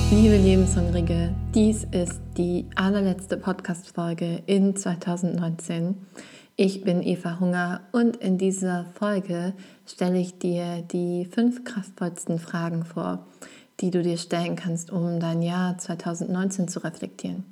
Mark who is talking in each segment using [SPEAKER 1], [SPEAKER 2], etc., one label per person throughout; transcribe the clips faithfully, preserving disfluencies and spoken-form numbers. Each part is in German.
[SPEAKER 1] Liebe Lebenshungrige, dies ist die allerletzte Podcast-Folge in zweitausendneunzehn. Ich bin Eva Hunger und in dieser Folge stelle ich dir die fünf kraftvollsten Fragen vor, die du dir stellen kannst, um dein Jahr zweitausendneunzehn zu reflektieren.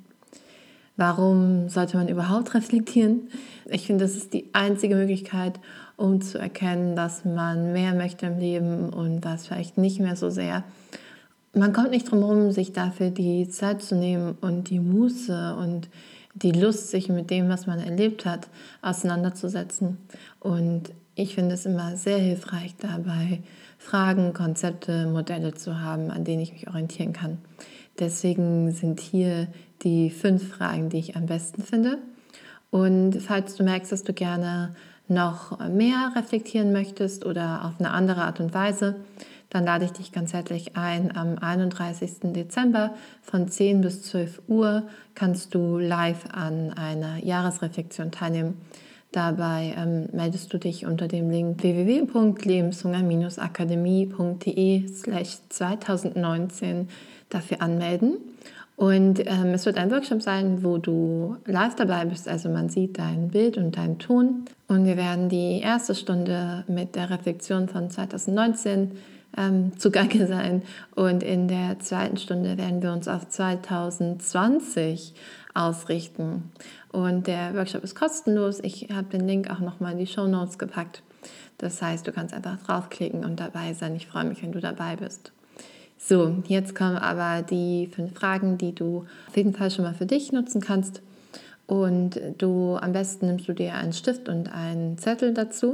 [SPEAKER 1] Warum sollte man überhaupt reflektieren? Ich finde, das ist die einzige Möglichkeit, um zu erkennen, dass man mehr möchte im Leben und was vielleicht nicht mehr so sehr. Man kommt nicht drum herum, sich dafür die Zeit zu nehmen und die Muße und die Lust, sich mit dem, was man erlebt hat, auseinanderzusetzen. Und ich finde es immer sehr hilfreich, dabei Fragen, Konzepte, Modelle zu haben, an denen ich mich orientieren kann. Deswegen sind hier die fünf Fragen, die ich am besten finde. Und falls du merkst, dass du gerne noch mehr reflektieren möchtest oder auf eine andere Art und Weise, dann lade ich dich ganz herzlich ein. Am einunddreißigsten Dezember von zehn bis zwölf Uhr kannst du live an einer Jahresreflexion teilnehmen. Dabei ähm, meldest du dich unter dem Link w w w punkt lebenshunger akademie punkt d e slash zweitausendneunzehn dafür anmelden. Und ähm, es wird ein Workshop sein, wo du live dabei bist, also man sieht dein Bild und deinen Ton. Und wir werden die erste Stunde mit der Reflexion von zweitausendneunzehn ähm, zugange sein. Und in der zweiten Stunde werden wir uns auf zweitausendzwanzig ausrichten. Und der Workshop ist kostenlos. Ich habe den Link auch nochmal in die Shownotes gepackt. Das heißt, du kannst einfach draufklicken und dabei sein. Ich freue mich, wenn du dabei bist. So, jetzt kommen aber die fünf Fragen, die du auf jeden Fall schon mal für dich nutzen kannst. Und du am besten nimmst du dir einen Stift und einen Zettel dazu.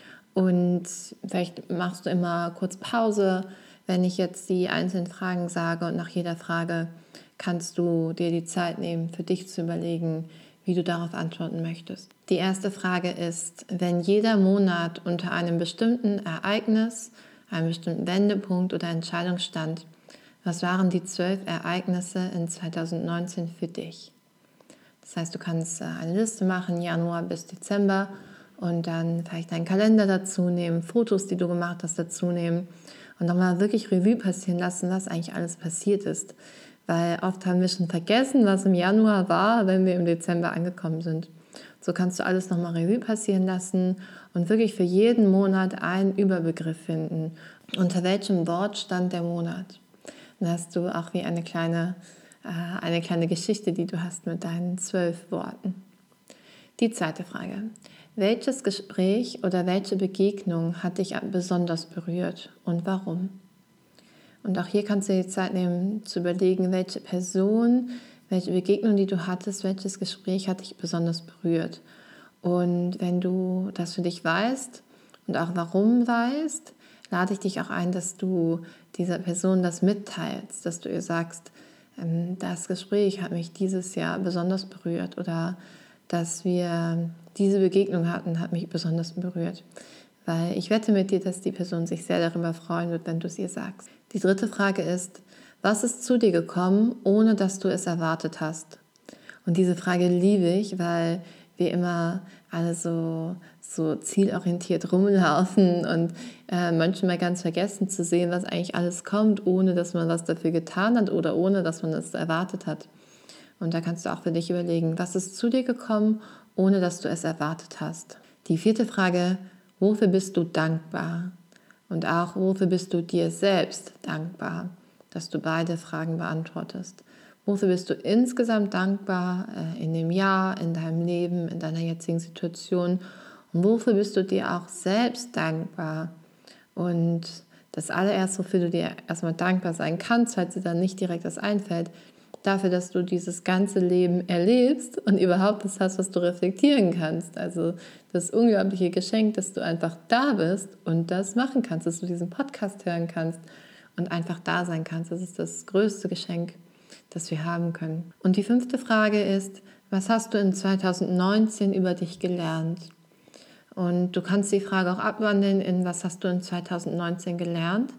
[SPEAKER 1] Und vielleicht machst du immer kurz Pause, wenn ich jetzt die einzelnen Fragen sage. Und nach jeder Frage kannst du dir die Zeit nehmen, für dich zu überlegen, wie du darauf antworten möchtest. Die erste Frage ist, wenn jeder Monat unter einem bestimmten Ereignis, einem bestimmten Wendepunkt oder Entscheidung stand, was waren die zwölf Ereignisse in zweitausendneunzehn für dich? Das heißt, du kannst eine Liste machen, Januar bis Dezember, und dann vielleicht deinen Kalender dazu nehmen, Fotos, die du gemacht hast, dazu nehmen und nochmal wirklich Revue passieren lassen, was eigentlich alles passiert ist. Weil oft haben wir schon vergessen, was im Januar war, wenn wir im Dezember angekommen sind. So kannst du alles nochmal Revue passieren lassen und wirklich für jeden Monat einen Überbegriff finden. Unter welchem Wort stand der Monat? Dann hast du auch wie eine kleine, äh, eine kleine Geschichte, die du hast mit deinen zwölf Worten. Die zweite Frage. Welches Gespräch oder welche Begegnung hat dich besonders berührt und warum? Und auch hier kannst du dir die Zeit nehmen, zu überlegen, welche Person, welche Begegnung, die du hattest, welches Gespräch hat dich besonders berührt. Und wenn du das für dich weißt und auch warum weißt, lade ich dich auch ein, dass du dieser Person das mitteilst, dass du ihr sagst, das Gespräch hat mich dieses Jahr besonders berührt oder dass wir diese Begegnung hatten, hat mich besonders berührt. Weil ich wette mit dir, dass die Person sich sehr darüber freuen wird, wenn du es ihr sagst. Die dritte Frage ist, was ist zu dir gekommen, ohne dass du es erwartet hast? Und diese Frage liebe ich, weil wir immer alle so, so zielorientiert rumlaufen und äh, manchmal ganz vergessen zu sehen, was eigentlich alles kommt, ohne dass man was dafür getan hat oder ohne dass man es erwartet hat. Und da kannst du auch für dich überlegen, was ist zu dir gekommen, ohne dass du es erwartet hast. Die vierte Frage, wofür bist du dankbar? Und auch, wofür bist du dir selbst dankbar, dass du beide Fragen beantwortest. Wofür bist du insgesamt dankbar äh, in dem Jahr, in deinem Leben, in deiner jetzigen Situation? Und wofür bist du dir auch selbst dankbar? Und das allererste, wofür du dir erstmal dankbar sein kannst, falls dir dann nicht direkt das einfällt, dafür, dass du dieses ganze Leben erlebst und überhaupt das hast, was du reflektieren kannst. Also das unglaubliche Geschenk, dass du einfach da bist und das machen kannst, dass du diesen Podcast hören kannst und einfach da sein kannst. Das ist das größte Geschenk, das wir haben können. Und die fünfte Frage ist, was hast du in zweitausendneunzehn über dich gelernt? Und du kannst die Frage auch abwandeln in, was hast du in zweitausendneunzehn gelernt?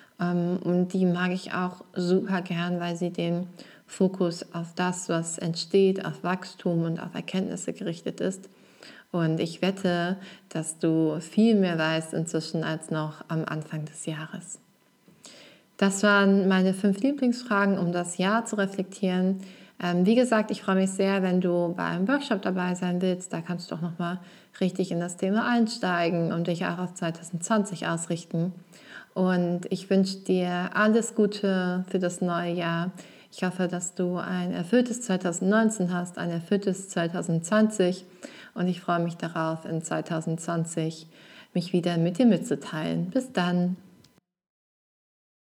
[SPEAKER 1] Und die mag ich auch super gern, weil sie den Fokus auf das, was entsteht, auf Wachstum und auf Erkenntnisse gerichtet ist. Und ich wette, dass du viel mehr weißt inzwischen als noch am Anfang des Jahres. Das waren meine fünf Lieblingsfragen, um das Jahr zu reflektieren. Ähm, wie gesagt, ich freue mich sehr, wenn du beim Workshop dabei sein willst. Da kannst du auch nochmal richtig in das Thema einsteigen und dich auch auf zwanzig zwanzig ausrichten. Und ich wünsche dir alles Gute für das neue Jahr. Ich hoffe, dass du ein erfülltes zwanzig neunzehn hast, ein erfülltes zwanzig zwanzig. Und ich freue mich darauf, in zwanzig zwanzig mich wieder mit dir mitzuteilen. Bis dann!